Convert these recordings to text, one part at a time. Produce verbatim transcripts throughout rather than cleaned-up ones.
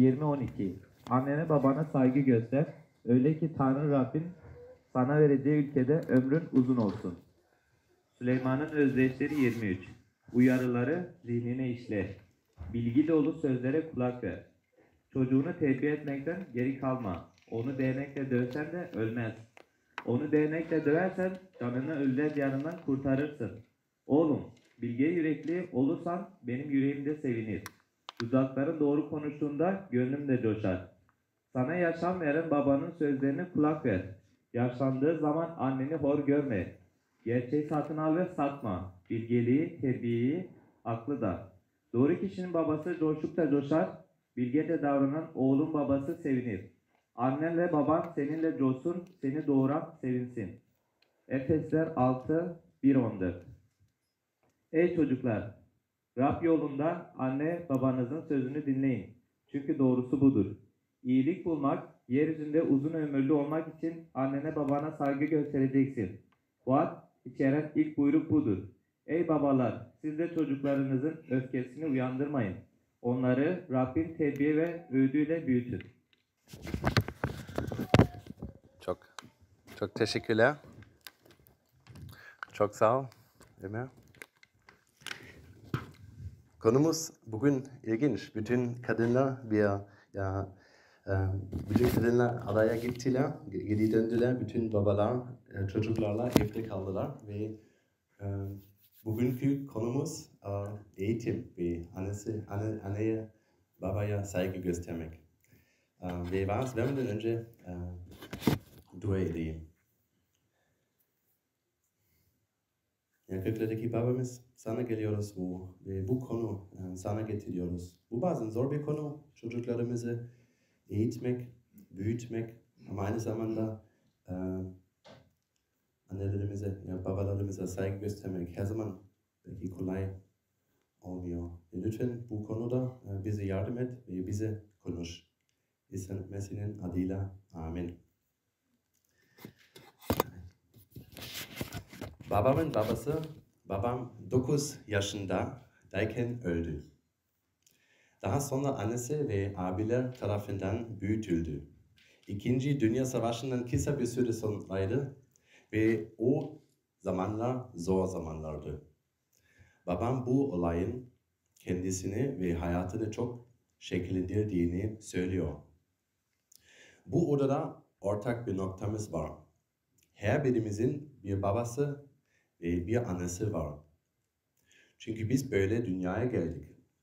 yirmi on iki. Annene babana saygı göster. Öyle ki Tanrı Rabbin sana vereceği ülkede ömrün uzun olsun. Süleyman'ın özdeşleri yirmi üç. Uyarıları zihnine işle. Bilgi dolu sözlere kulak ver. Çocuğunu terbiye etmekten geri kalma. Onu değnekle dövsen de ölmez. Onu değnekle döversen canını ölüler yanından kurtarırsın. Oğlum, bilge yürekli olursan benim yüreğim de sevinir. Dudakların doğru konuştuğunda gönlüm de coşar. Sana yaşam veren babanın sözlerine kulak ver. Yaşlandığı zaman anneni hor görme. Gerçeği satın al ve satma. Bilgeliği, terbiyeyi, aklı da. Doğru kişinin babası coşup da coşar. Bilge de davranan oğlun babası sevinir. Annenle baban seninle coşsun, seni doğuran sevinsin. Efesler altı bir on dört. Ey çocuklar! Rab yolunda anne babanızın sözünü dinleyin. Çünkü doğrusu budur. İyilik bulmak, yeryüzünde uzun ömürlü olmak için annene babana saygı göstereceksin. Vaat içeren ilk buyruk budur. Ey babalar! Siz de çocuklarınızın öfkesini uyandırmayın. Onları Rabbin terbiye ve öğüdüyle büyütün. Çok, çok teşekkürler. Çok sağ ol Ömer. Konumuz bugün ilginç. Bütün kadınlar bir ya e, bütün kadınlar adaya gittiler, geri döndüler. Bütün babalar e, çocuklarla evde kaldılar ve e, bugünkü konumuz e, eğitim ve annesi, anne, anneye, babaya saygı göstermek. E, ve vaaz vermeden önce e, dua edeyim. Ya göklerdeki babamız, sana geliyoruz bu ve bu konu e, sana getiriyoruz. Bu bazen zor bir konu, çocuklarımızı eğitmek, büyütmek ama aynı zamanda e, annelerimize, ya babalarımıza saygı göstermek her zaman belki kolay olmuyor. Ve lütfen bu konuda e, bize yardım et ve bize konuş. İsa Mesih'in adıyla amin. Babamın babası, babam dokuz yaşındayken öldü. Daha sonra annesi ve abiler tarafından büyütüldü. İkinci Dünya Savaşı'ndan kısa bir süre sonraydı ve o zamanlar zor zamanlardı. Babam bu olayın kendisini ve hayatını çok şekillendirdiğini söylüyor. Bu odada ortak bir noktamız var. Her birimizin bir babası ve bir annesi var. Çünkü biz böyle dünyaya geldik.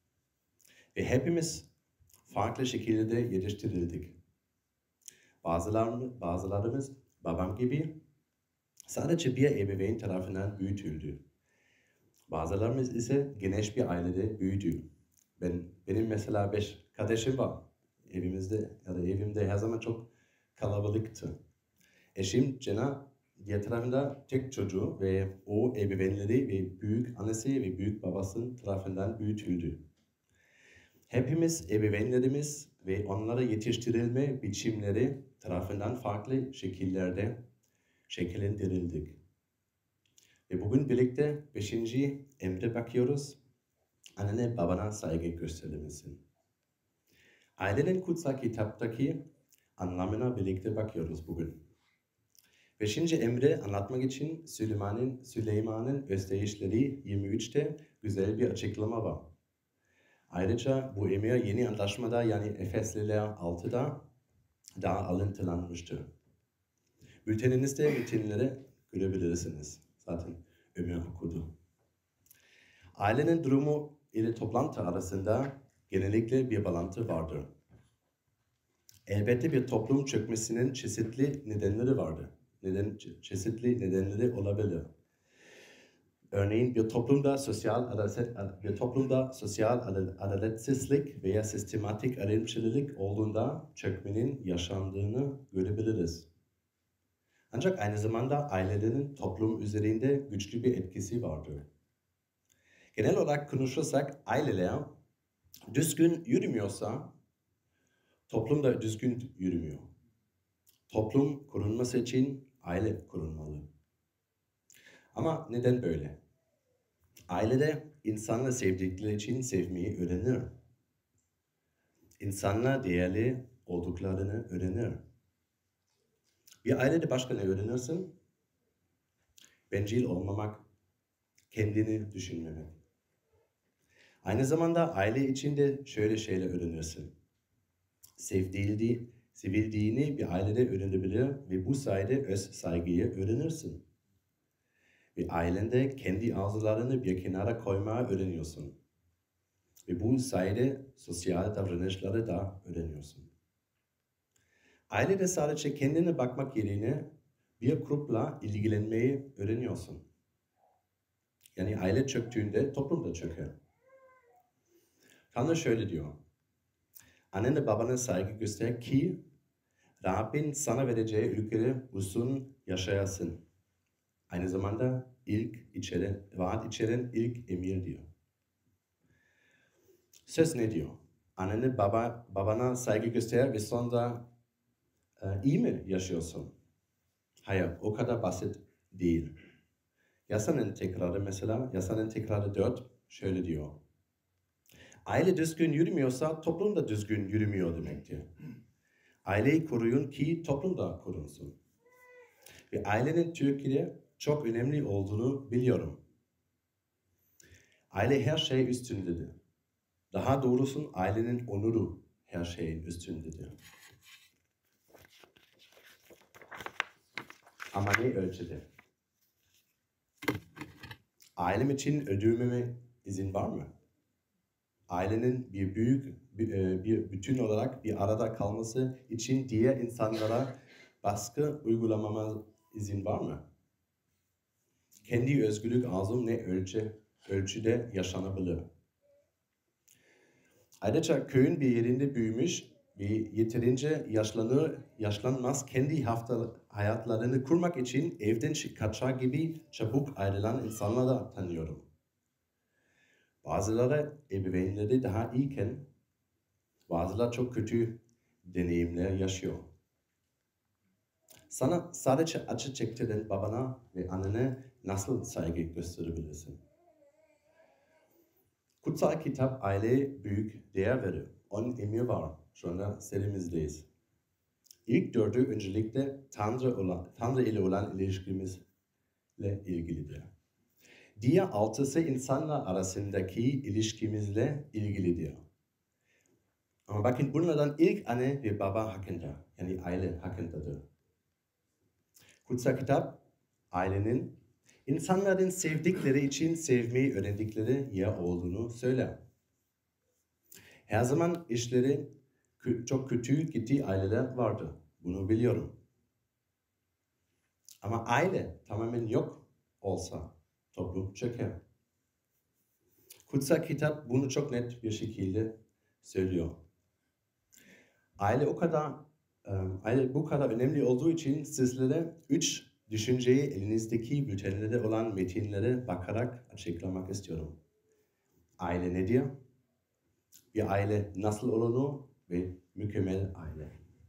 Ve hepimiz farklı şekilde yetiştirildik. Bazılarımız, bazılarımız babam gibi sadece bir ebeveyn tarafından büyütüldü. Bazılarımız ise geniş bir ailede büyüdü. Ben, benim mesela beş kardeşim var. Evimizde ya da evimde her zaman çok kalabalıktı. Eşim Cena diğer tarafında tek çocuğu ve o ebeveynleri ve büyük annesi ve büyük babasının tarafından büyütüldü. Hepimiz ebeveynlerimiz ve onlara yetiştirilme biçimleri tarafından farklı şekillerde şekillendirildik. Ve bugün birlikte beşinci emre bakıyoruz. Annene babana saygı göstermelisin. Ailenin kutsal kitaptaki anlamına birlikte bakıyoruz bugün. Beşinci emri anlatmak için Süleyman'ın Süleyman'ın özdeyişleri yirmi üçte güzel bir açıklama var. Ayrıca bu emir yeni antlaşmada yani Efesliler altıda daha alıntılanmıştır. Bülteninizde metinleri görebilirsiniz. Zaten Ömer okudu. Ailenin durumu ile toplantı arasında genellikle bir bağlantı vardır. Elbette bir toplum çökmesinin çeşitli nedenleri vardır. Neden, çeşitli nedenleri olabilir. Örneğin bir toplumda sosyal adalet, bir toplumda sosyal adaletsizlik veya sistematik ayrımcılık olduğunda çökmenin yaşandığını görebiliriz. Ancak aynı zamanda ailelerin toplum üzerinde güçlü bir etkisi vardır. Genel olarak konuşursak aileler düzgün yürümüyorsa toplum da düzgün yürümüyor. Toplum korunması için aile korunmalı. Ama neden böyle? Ailede insanlar sevdikleri için sevmeyi öğrenir. İnsanlar değerli olduklarını öğrenir. Bir ailede başka ne öğrenirsin? Bencil olmamak, kendini düşünmemek. Aynı zamanda aile içinde şöyle şeyler öğrenirsin. Sevdiğini, sevildiğini bir ailede öğrenebilir ve bu sayede öz saygıyı öğrenirsin. Ve ailende kendi arzularını bir kenara koymaya öğreniyorsun. Ve bu sayede sosyal davranışları da öğreniyorsun. Ailede sadece kendine bakmak yerine bir grupla ilgilenmeyi öğreniyorsun. Yani aile çöktüğünde toplum da çöker. Tanrı şöyle diyor. Annene babana saygı göster ki Rabbin sana vereceği ülkede uzun yaşayasın. Aynı zamanda ilk içeren, vaat içeren ilk emir diyor. Söz ne diyor? Annene baba, babana saygı göster ve sonra e, iyi mi yaşıyorsun? Hayır, o kadar basit değil. Yasanın tekrarı mesela, yasanın tekrarı dört şöyle diyor. Aile düzgün yürümüyorsa toplum da düzgün yürümüyor demektir. Aileyi koruyun ki toplum da korunsun. Ve ailenin Türkiye'de çok önemli olduğunu biliyorum. Aile her şey üstündedir. Daha doğrusu ailenin onuru her şeyin üstündedir. Ama ne ölçüde? Ailem için ödülmeme izin var mı? Ailenin bir büyük bir, bir bütün olarak bir arada kalması için diğer insanlara baskı uygulamama izin var mı? Kendi özgürlük arzum ne ölçü, ölçüde yaşanabilir? Ayrıca köyün bir yerinde büyümüş ve yeterince yaşlanır, yaşlanmaz kendi hafta, hayatlarını kurmak için evden kaçar gibi çabuk ayrılan insanları da tanıyorum. Bazıları ebeveynleri daha iyiken, bazıları çok kötü deneyimler yaşıyor. Sana sadece acı çektiren babana ve annene nasıl saygı gösterebilirsin? Kutsal kitap aileye büyük değer verir. On emir var. Şu anda serimizdeyiz. İlk dördü öncelikle Tanrı, olan, Tanrı ile olan ilişkimizle ilgilidir. Diğer altısı insanlar arasındaki ilişkimizle ilgilidir. Ama bakın bunlardan ilk anne ve baba hakkında, yani aile hakkındadır. Kutsal kitap ailenin insanların sevdikleri için sevmeyi öğrendikleri yer olduğunu söyler. Her zaman işleri çok kötü gittiği aileler vardı. Bunu biliyorum. Ama aile tamamen yok olsa toplum çöker. Kutsal kitap bunu çok net bir şekilde söylüyor. Aile o kadar, aile bu kadar önemli olduğu için sizlere üç düşünceyi elinizdeki bültenlerde olan metinlere bakarak açıklamak istiyorum. Aile nedir? Bir aile nasıl olunur ve mükemmel aile.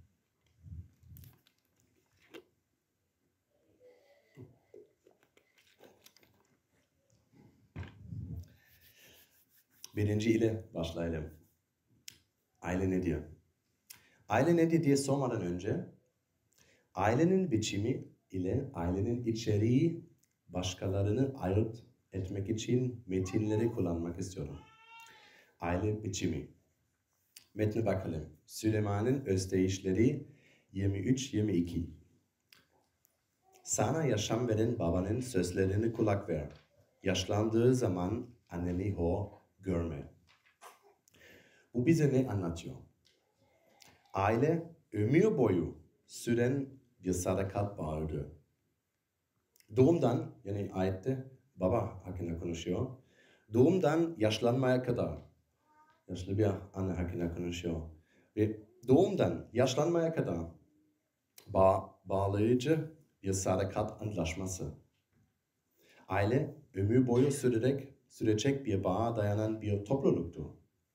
Birinci ile başlayalım. Aile nedir? Aile nedir diye sormadan önce ailenin biçimi ile ailenin içeriği başkalarını ayırt etmek için metinleri kullanmak istiyorum. Aile biçimi. Metne bakalım. Süleyman'ın özdeyişleri yirmi üç yirmi iki. Sana yaşam veren babanın sözlerine kulak ver. Yaşlandığı zaman anneni hor görme. Bu bize ne anlatıyor? Aile ömür boyu süren bir sadakat bağıdır. Doğumdan, yani ayette baba hakkında konuşuyor. Doğumdan yaşlanmaya kadar, yaşlı bir anne hakkında konuşuyor. Ve doğumdan yaşlanmaya kadar bağ, bağlayıcı bir sadakat antlaşması. Aile ömür boyu sürerek, sürecek bir bağa dayanan bir topluluktur.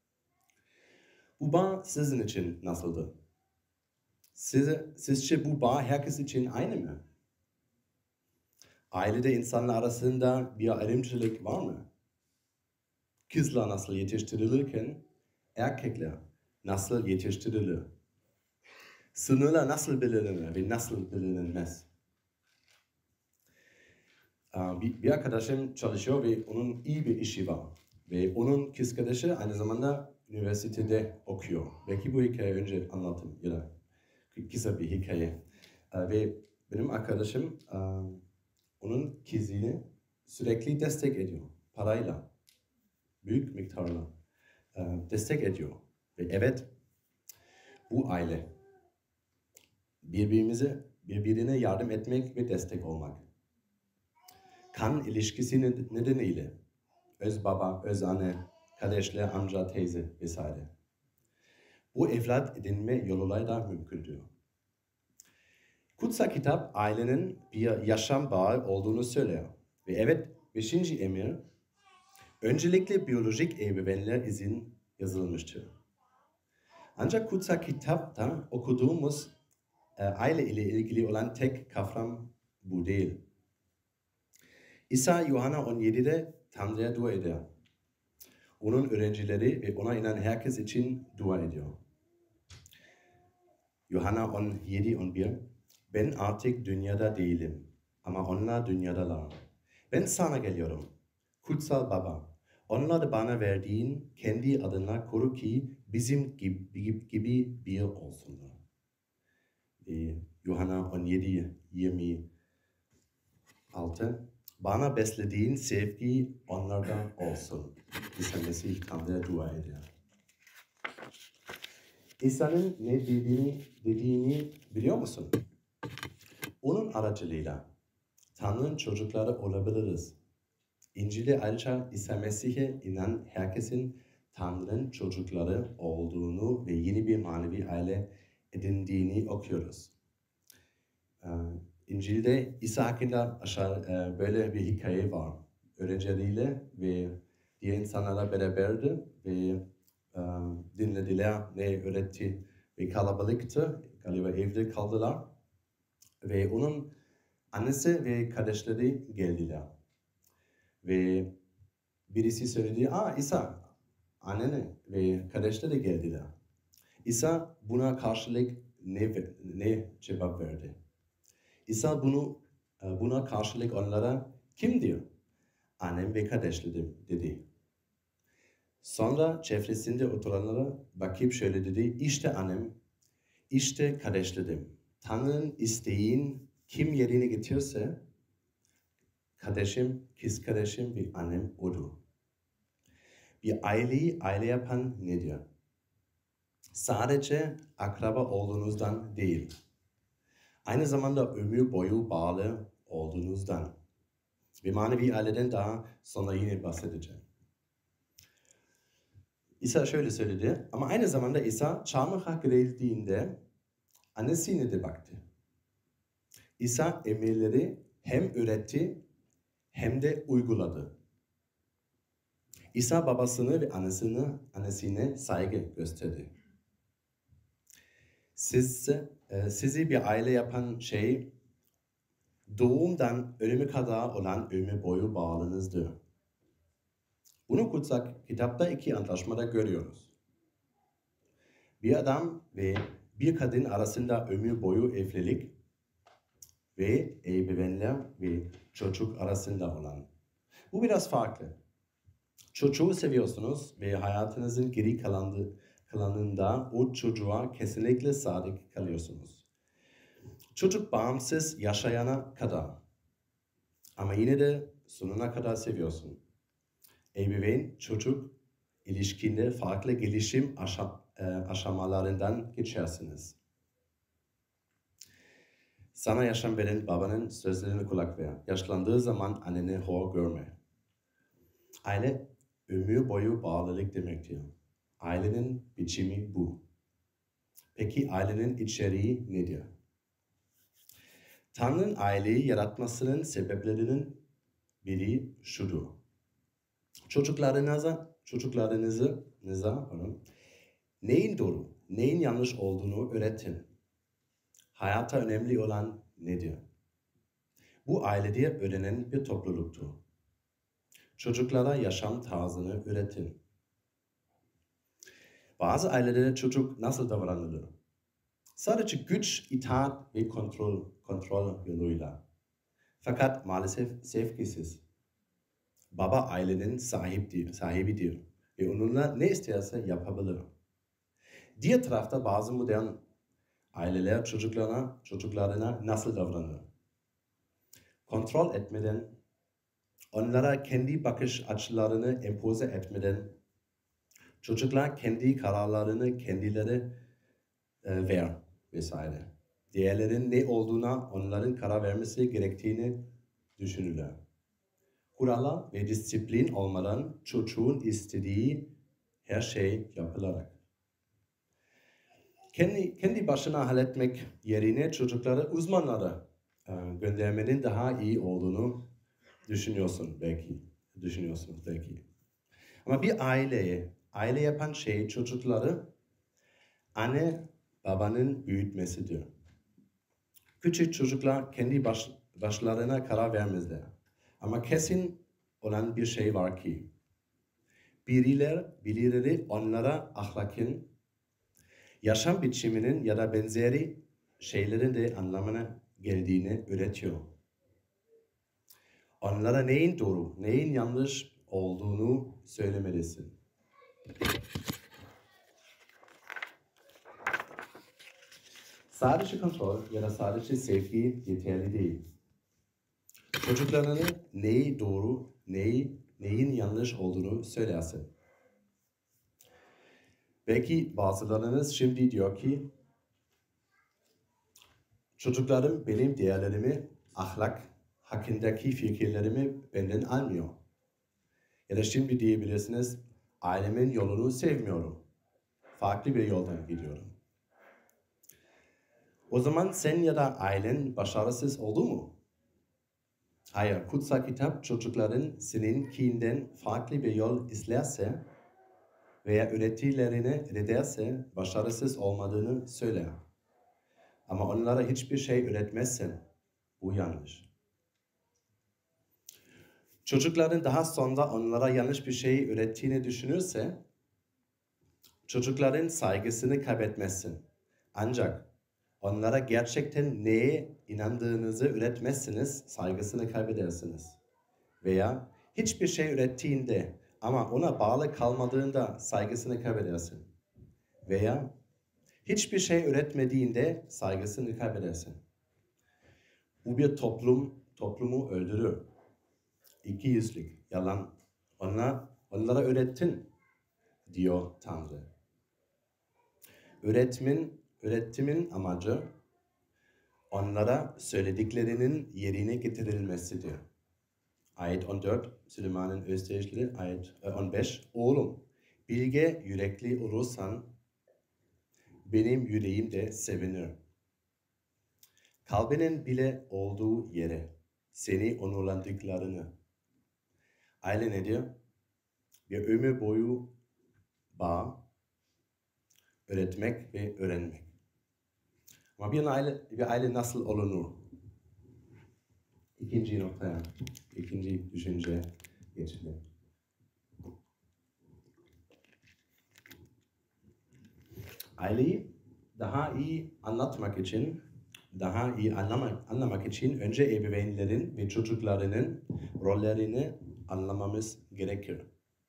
Bu bağ sizin için nasıldı? Size, sizce bu bağ herkes için aynı mı? Ailede insanlar arasında bir ayrımcılık var mı? Kızlar nasıl yetiştirilirken erkekler nasıl yetiştirilir? Sınırlar nasıl belirlenir ve nasıl belirlenmez? Bir, bir arkadaşım çalışıyor ve onun iyi bir işi var. Ve onun kız kardeşi aynı zamanda üniversitede okuyor. Belki bu hikayeyi önce anlatayım ya da kısa bir hikaye. Ve benim arkadaşım onun kızını sürekli destek ediyor. Parayla, büyük miktarla destek ediyor. Ve evet, bu aile birbirimize, birbirine yardım etmek ve destek olmak. Kan ilişkisi nedeniyle öz baba, öz anne, kardeşler, amca, teyze vesaire. Bu evlat edinme yoluyla da mümkündür. Kutsal kitap ailenin bir yaşam bağı olduğunu söylüyor. Ve evet, beşinci emir öncelikle biyolojik ebeveynler için yazılmıştır. Ancak kutsal kitapta okuduğumuz e, aile ile ilgili olan tek kavram bu değil. İsa Yuhanna on yedide Tanrı'ya dua eder. Onun öğrencileri ve ona inanan herkes için dua ediyor. Yuhanna on yedi on bir Ben artık dünyada değilim ama onlar dünyadalar. Ben sana geliyorum. Kutsal Baba, onları bana verdiğin kendi adına koru ki bizim gibi, gibi bir olsunlar. Ve Yuhanna on yedi yirmi altı Bana beslediğin sevgi onlardan olsun. İsa Mesih Tanrı'ya dua eder. İsa'nın ne dediğini, dediğini biliyor musun? Onun aracılığıyla Tanrı'nın çocukları olabiliriz. İncil'de ayrıca İsa Mesih'e inanan herkesin Tanrı'nın çocukları olduğunu ve yeni bir manevi aile edindiğini okuyoruz. İncil'de İsa hakkında aşağı böyle bir hikaye var. Öğrencileriyle ve diğer insanlarla beraberdi ve dinlediler, ne öğretti ve kalabalıktı. Galiba evde kaldılar. Ve onun annesi ve kardeşleri geldiler. Ve birisi söyledi, aa İsa, annene ve kardeşleri geldiler. İsa buna karşılık ne, ne cevap verdi? İsa bunu, buna karşılık onlara kim diyor? Annem ve kardeşlerim dedi. Sonra çevresinde oturanlara bakıp şöyle dedi, işte annem, işte kardeşlerim. Tanrı'nın isteğin kim yerine getirse, kardeşim, kız kardeşim ve annem odur. Bir aileyi aile yapan nedir? Sadece akraba olduğunuzdan değil, aynı zamanda ömür boyu bağlı olduğunuzdan ve manevi aileden daha sonra yine bahsedeceğim. İsa şöyle söyledi ama aynı zamanda İsa çarmıha gerildiğinde annesine de baktı. İsa emirleri hem öğretti hem de uyguladı. İsa babasını ve annesini, annesine saygı gösterdi. Siz, e, sizi bir aile yapan şey doğumdan ölüme kadar olan ömür boyu bağlılığınızdır. Bunu kutsal kitapta iki antlaşmada görüyoruz. Bir adam ve bir kadın arasında ömür boyu evlilik ve ebeveynler ve çocuk arasında olan. Bu biraz farklı. Çocuğu seviyorsunuz ve hayatınızın geri kalanı, kalanında o çocuğa kesinlikle sadık kalıyorsunuz. Çocuk bağımsız yaşayana kadar ama yine de sonuna kadar seviyorsun. Ebeveyn çocuk ilişkinde farklı gelişim aşam, e, aşamalarından geçersiniz. Sana yaşam veren babanın sözlerine kulak ver. Yaşlandığı zaman anneni hor görme. Aile ömür boyu bağlılık demektir. Ailenin biçimi bu. Peki ailenin içeriği nedir? Tanrı'nın aileyi yaratmasının sebeplerinin biri şudur. Çocuklarınıza, çocuklarınızı, niza, neyin doğru, neyin yanlış olduğunu öğretin. Hayata önemli olan nedir? Bu ailede öğrenen bir topluluktur. Çocuklara yaşam tarzını öğretin. Bazı ailelerde çocuk nasıl davranılır? Sadece güç, itaat ve kontrol, kontrol yoluyla. Fakat maalesef sevgisiz. Baba ailenin sahibidir, sahibidir ve onunla ne isterse yapabilir. Diğer tarafta bazı modern aileler çocuklarına, çocuklarına nasıl davranır? Kontrol etmeden, onlara kendi bakış açılarını empoze etmeden, çocuklar kendi kararlarını kendileri e, ver vesaire. Diğerlerin ne olduğuna onların karar vermesi gerektiğini düşünürler. Kurallar ve disiplin olmadan çocuğun istediği her şey yapılarak. Kendi, kendi başına halletmek yerine çocukları uzmanlara e, göndermenin daha iyi olduğunu düşünüyorsun belki. Düşünüyorsunuz belki. Ama bir aileye, aile yapan şey çocukları anne babanın büyütmesidir. Küçük çocuklar kendi baş, başlarına karar vermezler. Ama kesin olan bir şey var ki, biriler, birileri onlara ahlakın, yaşam biçiminin ya da benzeri şeylerin de anlamına geldiğini öğretiyor. Onlara neyin doğru, neyin yanlış olduğunu söylemelisin. Sadece kontrol ya da sadece sevgi yeterli değil. Çocuklarına neyi doğru, neyi, neyin yanlış olduğunu söylersin. Belki bazılarınız şimdi diyor ki, çocuklarım benim değerlerimi, ahlak hakkındaki fikirlerimi benden almıyor. Ya da şimdi diyebilirsiniz, ailemin yolunu sevmiyorum. Farklı bir yoldan gidiyorum. O zaman sen ya da ailen başarısız oldu mu? Hayır, kutsal kitap çocukların seninkinden farklı bir yol izlerse veya öğretilerini reddederse başarısız olmadığını söyler. Ama onlara hiçbir şey öğretmezsen bu yanlış. Çocukların daha sonra onlara yanlış bir şey öğrettiğini düşünürse çocukların saygısını kaybetmezsin. Ancak onlara gerçekten neye inandığınızı öğretmezseniz saygısını kaybedersiniz. Veya hiçbir şey öğrettiğinde ama ona bağlı kalmadığında saygısını kaybedersin. Veya hiçbir şey öğretmediğinde saygısını kaybedersin. Bu bir toplum, toplumu öldürür. İki yüzlük, yalan. Ona, onlara öğrettin, diyor Tanrı. Öğretmin, öğretimin amacı onlara söylediklerinin yerine getirilmesidir. Ayet on dört, Süleyman'ın Özdeyişleri, ayet on beş. Oğlum, bilge yürekli olursan benim yüreğim de sevinir. Kalbinin bile olduğu yere seni onurlandıklarını. Aile ne diyor? Bir ömür boyu bağ, öğretmek ve öğrenmek. Ama bir aile, bir aile nasıl olunur? İkinci noktaya, ikinci düşünce geçelim. Aileyi daha iyi anlatmak için, daha iyi anlamak, anlamak için önce ebeveynlerin ve çocuklarının rollerini anlamamız gerekir.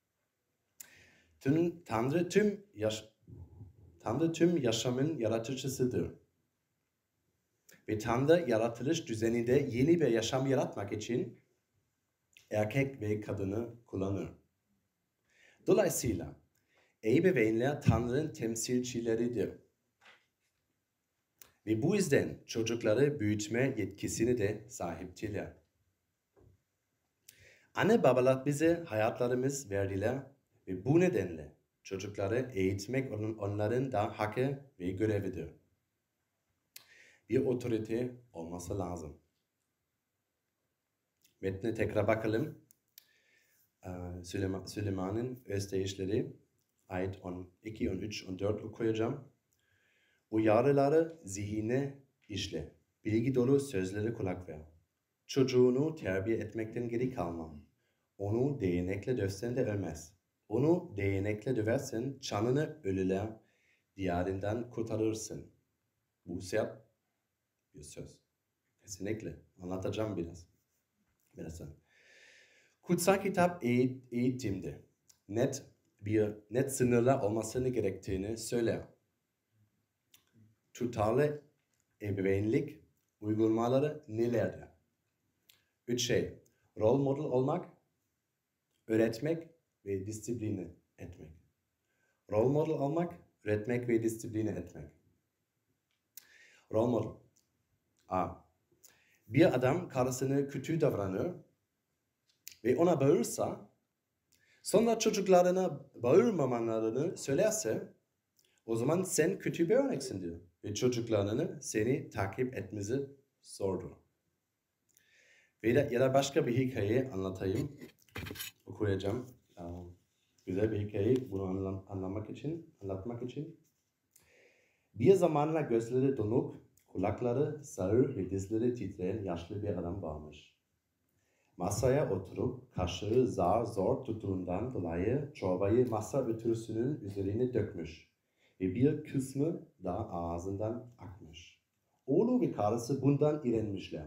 Tüm, Tanrı tüm yaş, Tanrı tüm yaşamın yaratıcısıdır. Ve Tanrı yaratılış düzeninde yeni bir yaşam yaratmak için erkek ve kadını kullanır. Dolayısıyla ebeveynler Tanrı'nın temsilcileridir. Ve bu yüzden çocukları büyütme yetkisini de sahiptirler. Anne babalar bize hayatlarımız verdiler ve bu nedenle çocukları eğitmek onların da hakkı ve görevidir. Bir otorite olması lazım. Metne tekrar bakalım. Süleyman, Süleyman'ın Özdeyişleri, ayet on iki, on üç, on dört okuyacağım. Uyarıları zihine işle. Bilgi dolu sözlere kulak ver. Çocuğunu terbiye etmekten geri kalma. Onu değnekle dövsen de ölmez. Onu değnekle döversen canını ölüler diyarından kurtarırsın. Bu sert bir söz. Kesinlikle. Anlatacağım biraz. Birazdan. Kutsal kitap eğitimde net bir net sınırlar olmasını gerektiğini söyler. Tutarlı ebeveynlik uygulamaları nelerdir? Üç şey. Rol model olmak, öğretmek ve disipline etmek. Rol model olmak, öğretmek ve disipline etmek. Rol model. A. Bir adam karısına kötü davranır ve ona bağırırsa, sonra çocuklarına bağırmamalarını söylerse, o zaman sen kötü bir örneksindir ve çocuklarını seni takip etmesi zordur. Veya ya da başka bir hikaye anlatayım, okuyacağım. Um, güzel bir hikaye, bunu anlam anlamak için, anlatmak için. Bir zamanlar gözleri donuk, kulakları sağır ve dizleri titreyen yaşlı bir adam varmış. Masaya oturup kaşığı zar zor tuttuğundan dolayı çorbayı masa örtüsünün üzerine dökmüş ve bir kısmı da ağzından akmış. Oğlu ve karısı bundan iğrenmişler.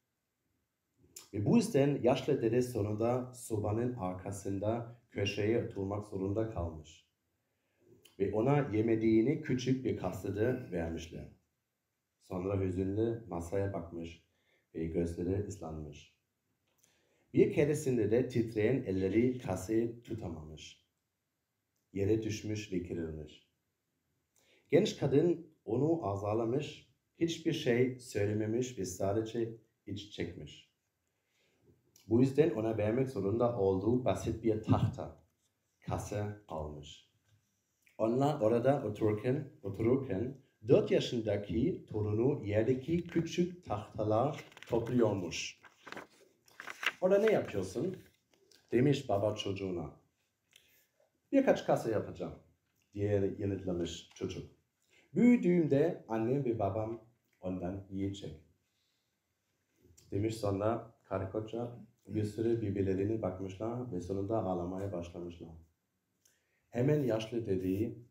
Ve bu yüzden yaşlı dede sonunda sobanın arkasında köşeye oturmak zorunda kalmış. Ve ona yemediğini küçük bir kasede vermişler. Sonra hüzünlü masaya bakmış ve gözleri ıslanmış. Bir keresinde de titreyen elleri kasayı tutamamış. Yere düşmüş ve kırılmış. Genç kadın onu azarlamış, hiçbir şey söylememiş ve sadece iç çekmiş. Bu yüzden ona vermek zorunda olduğu basit bir tahta, kase almış. Onlar orada otururken, otururken dört yaşındaki torunu yerdeki küçük tahtalar topluyormuş. Orada ne yapıyorsun? Demiş baba çocuğuna. Birkaç kase yapacağım diye yanıtlamış çocuk. Büyüdüğümde annem ve babam ondan yiyecek. Demiş sonra karı koca bir süre birbirlerine bakmışlar ve sonunda ağlamaya başlamışlar. Hemen yaşlı dedeyi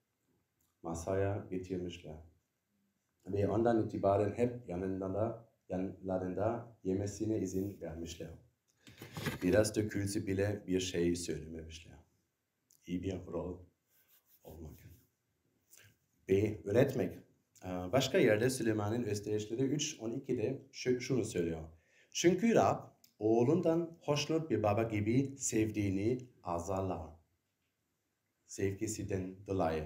masaya getirmişler. Ve ondan itibaren hep yanında, yanlarında yemesine izin vermişler. Biraz dökülse bile bir şey söylememişler. İyi bir rol olmak. B. Öğretmek. Başka yerde Süleyman'ın özdeyişleri üç on iki'de şunu söylüyor. Çünkü Rab oğlundan hoşnut bir baba gibi sevdiğini azarlar. Sevgisinden dolayı.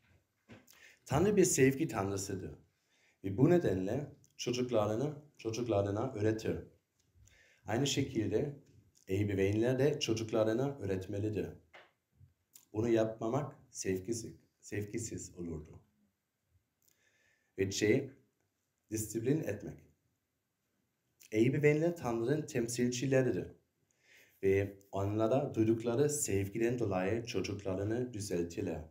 Tanrı bir sevgi tanrısıdır. Ve bu nedenle çocuklarını, çocuklarına öğretir. Aynı şekilde ebeveynler de çocuklarına öğretmelidir. Bunu yapmamak sevgisiz, sevgisiz olurdu. Ve C. Disiplin etmek. Ebeveynler Tanrı'nın temsilcileridir. Ve onlara duydukları sevgiden dolayı çocuklarını düzeltirler.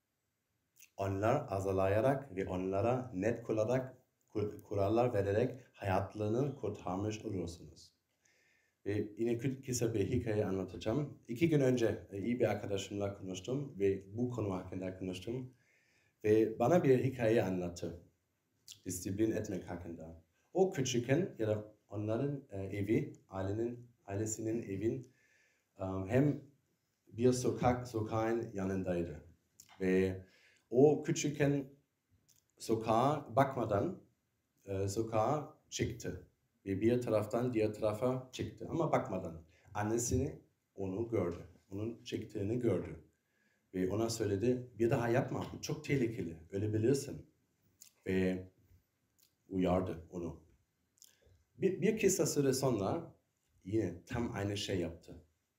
Onlar azalayarak ve onlara net kurarak, kurallar vererek hayatlarını kurtarmış olursunuz. Ve yine kısa bir hikaye anlatacağım. İki gün önce iyi bir arkadaşımla konuştum ve bu konu hakkında konuştum. Ve bana bir hikaye anlattı. Disiplin etmek hakkında. O küçükken ya da onların evi, ailenin, ailesinin evin hem bir sokak, sokağın yanındaydı. Ve o küçükken sokağa bakmadan e, sokağa çıktı. Ve bir taraftan diğer tarafa çıktı ama bakmadan. Annesini onu gördü. Onun çıktığını gördü. Ve ona söyledi, bir daha yapma, bu çok tehlikeli, ölebilirsin. Ve uyardı onu. Bir, bir kısa süre sonra yine tam aynı şey yaptı.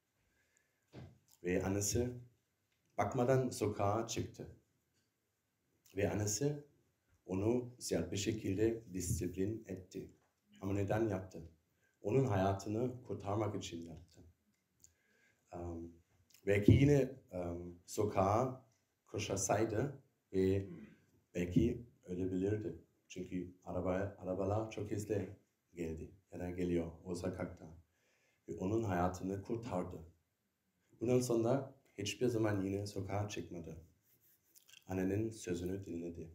Ve annesi bakmadan sokağa çıktı. Ve annesi onu sert bir şekilde disiplin etti. Ama neden yaptı? Onun hayatını kurtarmak için yaptı. Um, belki yine um, sokağa koşasaydı ve belki ölebilirdi. Çünkü araba, arabalar çok hızlı geldi ya da geliyor o sokakta. Ve onun hayatını kurtardı. Bundan sonra hiçbir zaman yine sokağa çıkmadı. Annenin sözünü dinledi.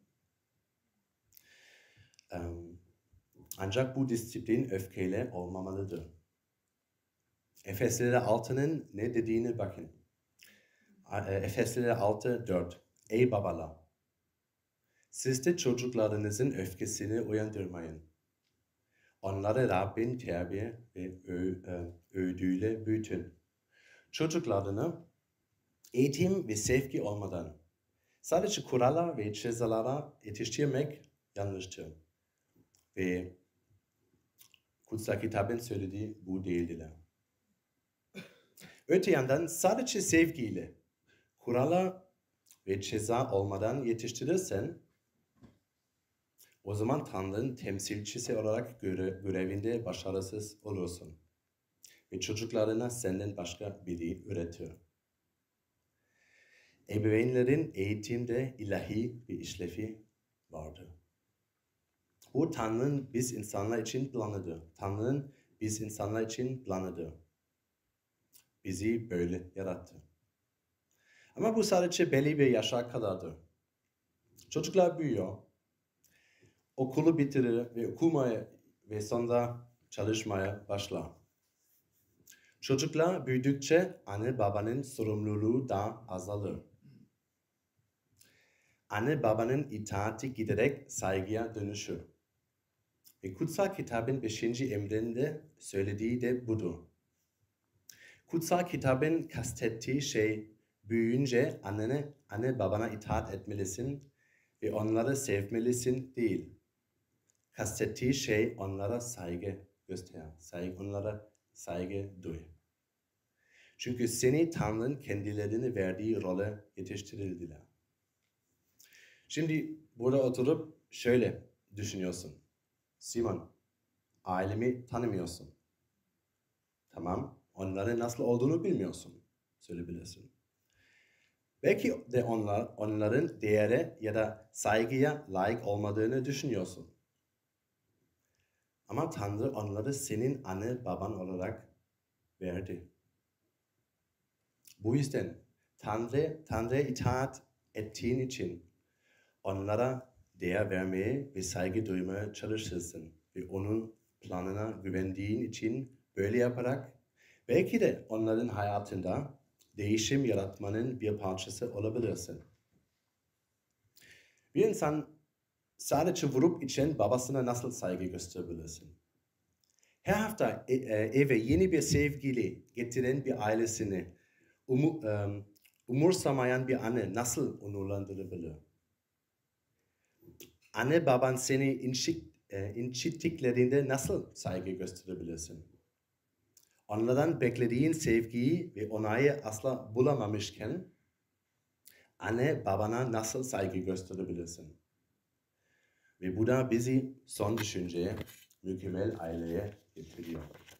Um, ancak bu disiplin öfkeyle olmamalıdır. Efeslilere altının ne dediğine bakın. Efeslilere altı dört. Ey babalar! Siz de çocuklarınızın öfkesini uyandırmayın. Onları Rabbin terbiye ve öğüdüyle büyütün. Çocuklarını eğitim ve sevgi olmadan sadece kurallar ve cezalara yetiştirmek yanlıştır. Ve Kutsal Kitabın söylediği bu değildiler. Öte yandan sadece sevgiyle, kurallar ve ceza olmadan yetiştirirsen, o zaman Tanrı'nın temsilcisi olarak göre, görevinde başarısız olursun. Ve çocuklarına senden başka biri üretir. Ebeveynlerin eğitimde ilahi bir işlevi vardır. Bu Tanrı'nın biz insanlar için planıdır. Tanrı'nın biz insanlar için planıdır. Bizi böyle yarattı. Ama bu sadece belli bir yaşa kadardır. Çocuklar büyüyor, okulu bitirir ve okumaya ve sonra çalışmaya başlar. Çocuklar büyüdükçe anne babanın sorumluluğu daha azalır. Anne babanın itaati giderek saygıya dönüşür. Ve Kutsal Kitabın beşinci emrinde söylediği de budur. Kutsal Kitabın kastettiği şey, büyüyünce annene, anne babana itaat etmelisin ve onları sevmelisin değil. Kastettiği şey onlara saygı göster, saygı, onlara saygı duy. Çünkü seni Tanrı'nın kendilerine verdiği role yetiştirildiler. Şimdi burada oturup şöyle düşünüyorsun. Simon, ailemi tanımıyorsun. Tamam, onların nasıl olduğunu bilmiyorsun. Söyleyebilirsin. Belki de onlar, onların değere ya da saygıya layık olmadığını düşünüyorsun. Ama Tanrı onları senin anne baban olarak verdi. Bu yüzden Tanrı, Tanrı'ya itaat ettiğin için onlara değer vermeye ve saygı duymaya çalışırsın. Ve onun planına güvendiğin için böyle yaparak belki de onların hayatında değişim yaratmanın bir parçası olabilirsin. Bir insan sadece vurup içen babasına nasıl saygı gösterebilirsin? Her hafta eve yeni bir sevgili getiren bir ailesini umu, um, umursamayan bir anne nasıl onurlandırabilir? Anne baban seni incit, e, incittiklerinde nasıl saygı gösterebilirsin? Onlardan beklediğin sevgiyi ve onayı asla bulamamışken anne babana nasıl saygı gösterebilirsin? Ve bu da bizi son düşünceye, mükemmel aileye getiriyor.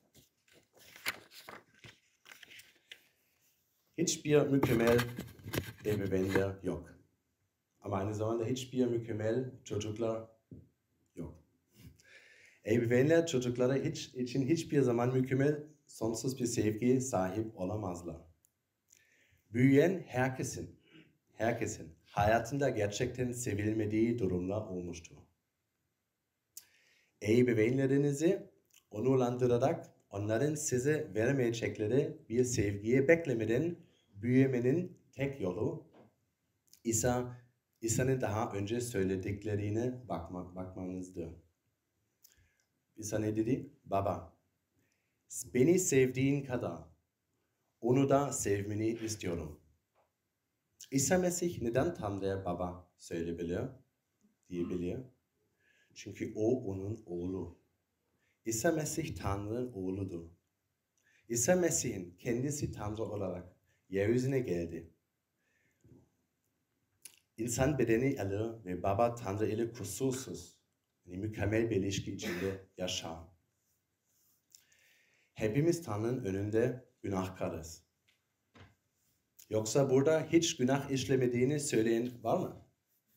Hiçbir mükemmel ebeveynler yok. Ama aynı zamanda hiçbir mükemmel çocuklar yok. Ebeveynler çocuklara hiç, için hiçbir zaman mükemmel, sonsuz bir sevgiye sahip olamazlar. Büyüyen herkesin, herkesin hayatında gerçekten sevilmediği durumlar olmuştur. Ebeveynlerinizi onurlandırarak onların size vermeyecekleri bir sevgiye beklemeden büyümenin tek yolu İsa, İsa'nın daha önce söylediklerine bakma, bakmanızdır. İsa ne dedi? Baba, beni sevdiğin kadar onu da sevmeni istiyorum. İsa Mesih neden Tanrı'ya baba söyleyebiliyor, diyebiliyor? Çünkü o onun oğlu. İsa Mesih Tanrı'nın oğludur. İsa Mesih'in kendisi Tanrı olarak yeryüzüne geldi. İnsan bedeni alır ve baba Tanrı ile kusursuz, yani mükemmel bir ilişki içinde yaşar. Hepimiz Tanrı'nın önünde günahkarız. Yoksa burada hiç günah işlemediğini söyleyen var mı?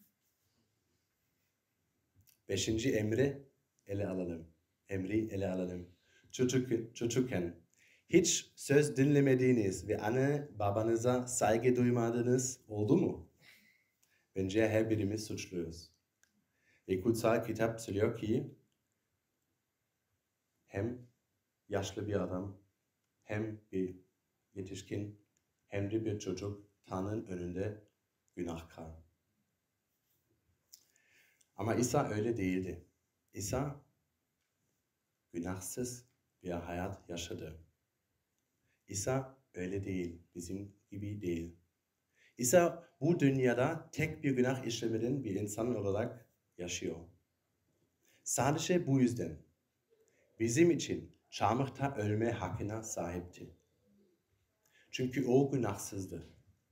Beşinci emri ele alalım. Emri ele alalım. Çocuk, çocukken Hiç söz dinlemediğiniz ve anne babanıza saygı duymadığınız oldu mu? Bence her birimiz suçluyuz. Ve kutsal kitap söylüyor ki hem yaşlı bir adam, hem bir yetişkin, hem de bir çocuk Tanrı'nın önünde günahkar. Ama İsa öyle değildi. İsa günahsız bir hayat yaşadı. İsa öyle değil, bizim gibi değil. İsa bu dünyada tek bir günah işlemeden bir insan olarak yaşıyor. Sadece bu yüzden bizim için çarmıhta ölme hakkına sahipti. Çünkü o günahsızdı.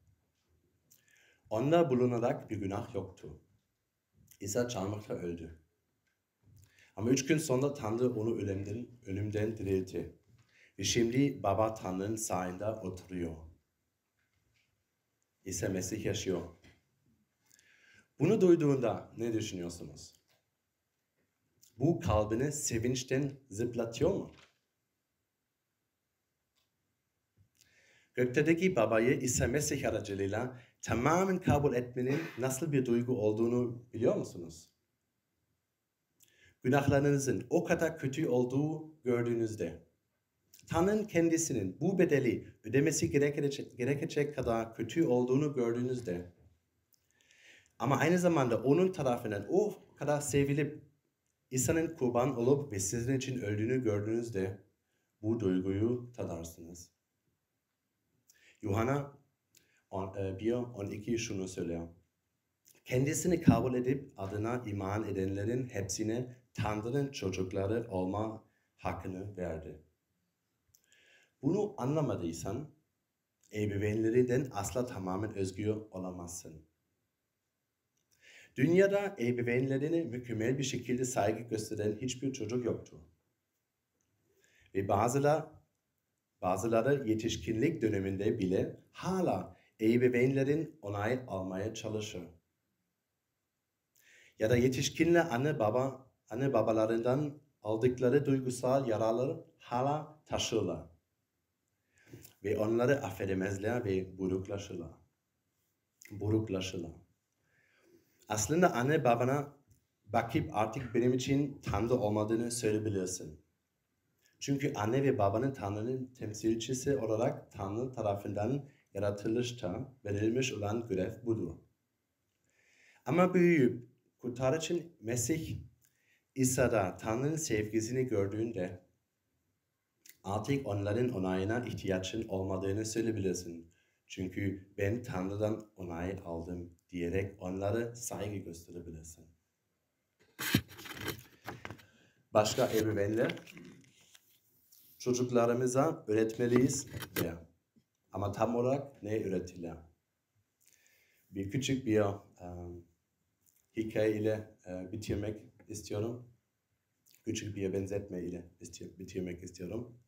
Onda bulunarak bir günah yoktu. İsa çarmıhta öldü. Ama üç gün sonra Tanrı onu ölümden, ölümden diriltti. Ve şimdi Baba Tanrı'nın sağında oturuyor. İsa Mesih yaşıyor. Bunu duyduğunda ne düşünüyorsunuz? Bu kalbini sevinçten zıplatıyor mu? Gökteki babayı İsa Mesih aracılığıyla tamamen kabul etmenin nasıl bir duygu olduğunu biliyor musunuz? Günahlarınızın o kadar kötü olduğu gördüğünüzde, Tanrı'nın kendisinin bu bedeli ödemesi gerekecek, gerekecek kadar kötü olduğunu gördüğünüzde, ama aynı zamanda onun tarafından o kadar sevilip İsa'nın kurban olup ve sizin için öldüğünü gördüğünüzde bu duyguyu tadarsınız. Yuhanna bir on iki şunu söylüyor. Kendisini kabul edip adına iman edenlerin hepsine Tanrı'nın çocukları olma hakkını verdi. Bunu anlamadıysan ebeveynlerinden asla tamamen özgür olamazsın. Dünyada ebeveynlerine mükemmel bir şekilde saygı gösteren hiçbir çocuk yoktu. Ve bazıları, bazıları yetişkinlik döneminde bile hala ebeveynlerin onay almaya çalışır. Ya da yetişkinle anne baba, anne babalarından aldıkları duygusal yaraları hala taşırlar. Ve onları affedemezler ve buruklaşırlar. Buruklaşırlar. Aslında anne babana bakıp artık benim için Tanrı olmadığını söyleyebilirsin. Çünkü anne ve babanın Tanrı'nın temsilcisi olarak Tanrı tarafından yaratılışta verilmiş olan görev budur. Ama büyüyüp kurtarıcı Mesih İsa'da Tanrı'nın sevgisini gördüğünde artık onların onayına ihtiyacın olmadığını söyleyebilirsin. Çünkü ben Tanrı'dan onay aldım diyerek onlara saygı gösterebilirsin. Başka ebeveynler çocuklarımıza öğretmeliyiz der. Ama tam olarak ne öğretirler? Bir küçük bir um, hikaye ile uh, bitirmek istiyorum. Küçük bir benzetme ile bitirmek istiyorum.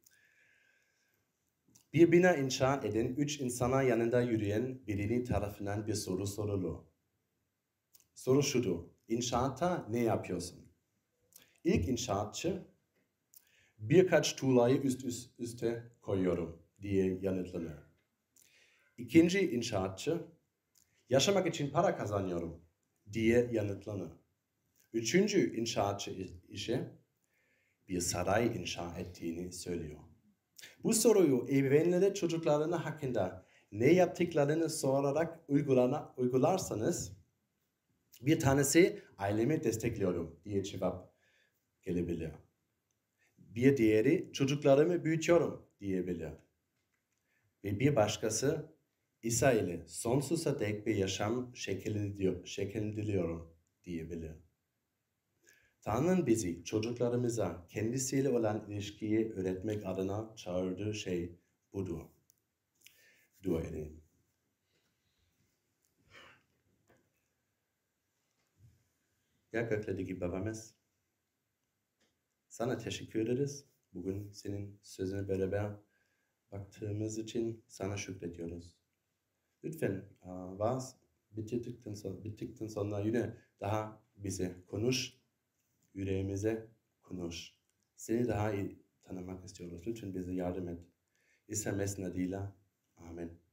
Bir bina inşa eden üç insana yanında yürüyen birini tarafından bir soru sorulur. Soru şudur. İnşaatta ne yapıyorsun? İlk inşaatçı birkaç tuğlayı üst, üst üste koyuyorum diye yanıtlanır. İkinci inşaatçı yaşamak için para kazanıyorum diye yanıtlanır. Üçüncü inşaatçı ise bir saray inşa ettiğini söylüyor. Bu soruyu ebeveynlere çocuklarının hakkında ne yaptıklarını sorarak uygulana, uygularsanız bir tanesi ailemi destekliyorum diye cevap gelebilir. Bir diğeri çocuklarımı büyütüyorum diyebilir. Ve bir başkası İsa ile sonsuza dek bir yaşam şekillendiriyorum diyebilir. Tanrı'nın bizi çocuklarımıza kendisiyle olan ilişkiyi öğretmek adına çağırdığı şey budur. Dua edelim. Ya göklerdeki babamız, sana teşekkür ederiz. Bugün senin sözüne beraber baktığımız için sana şükrediyoruz. Lütfen vaaz bittikten sonra, bittikten sonra yine daha bize konuş, yüreğimize konuş. Seni daha iyi tanımak istiyoruz. Lütfen bize yardım et. İsa Mesih'in adıyla. Amin.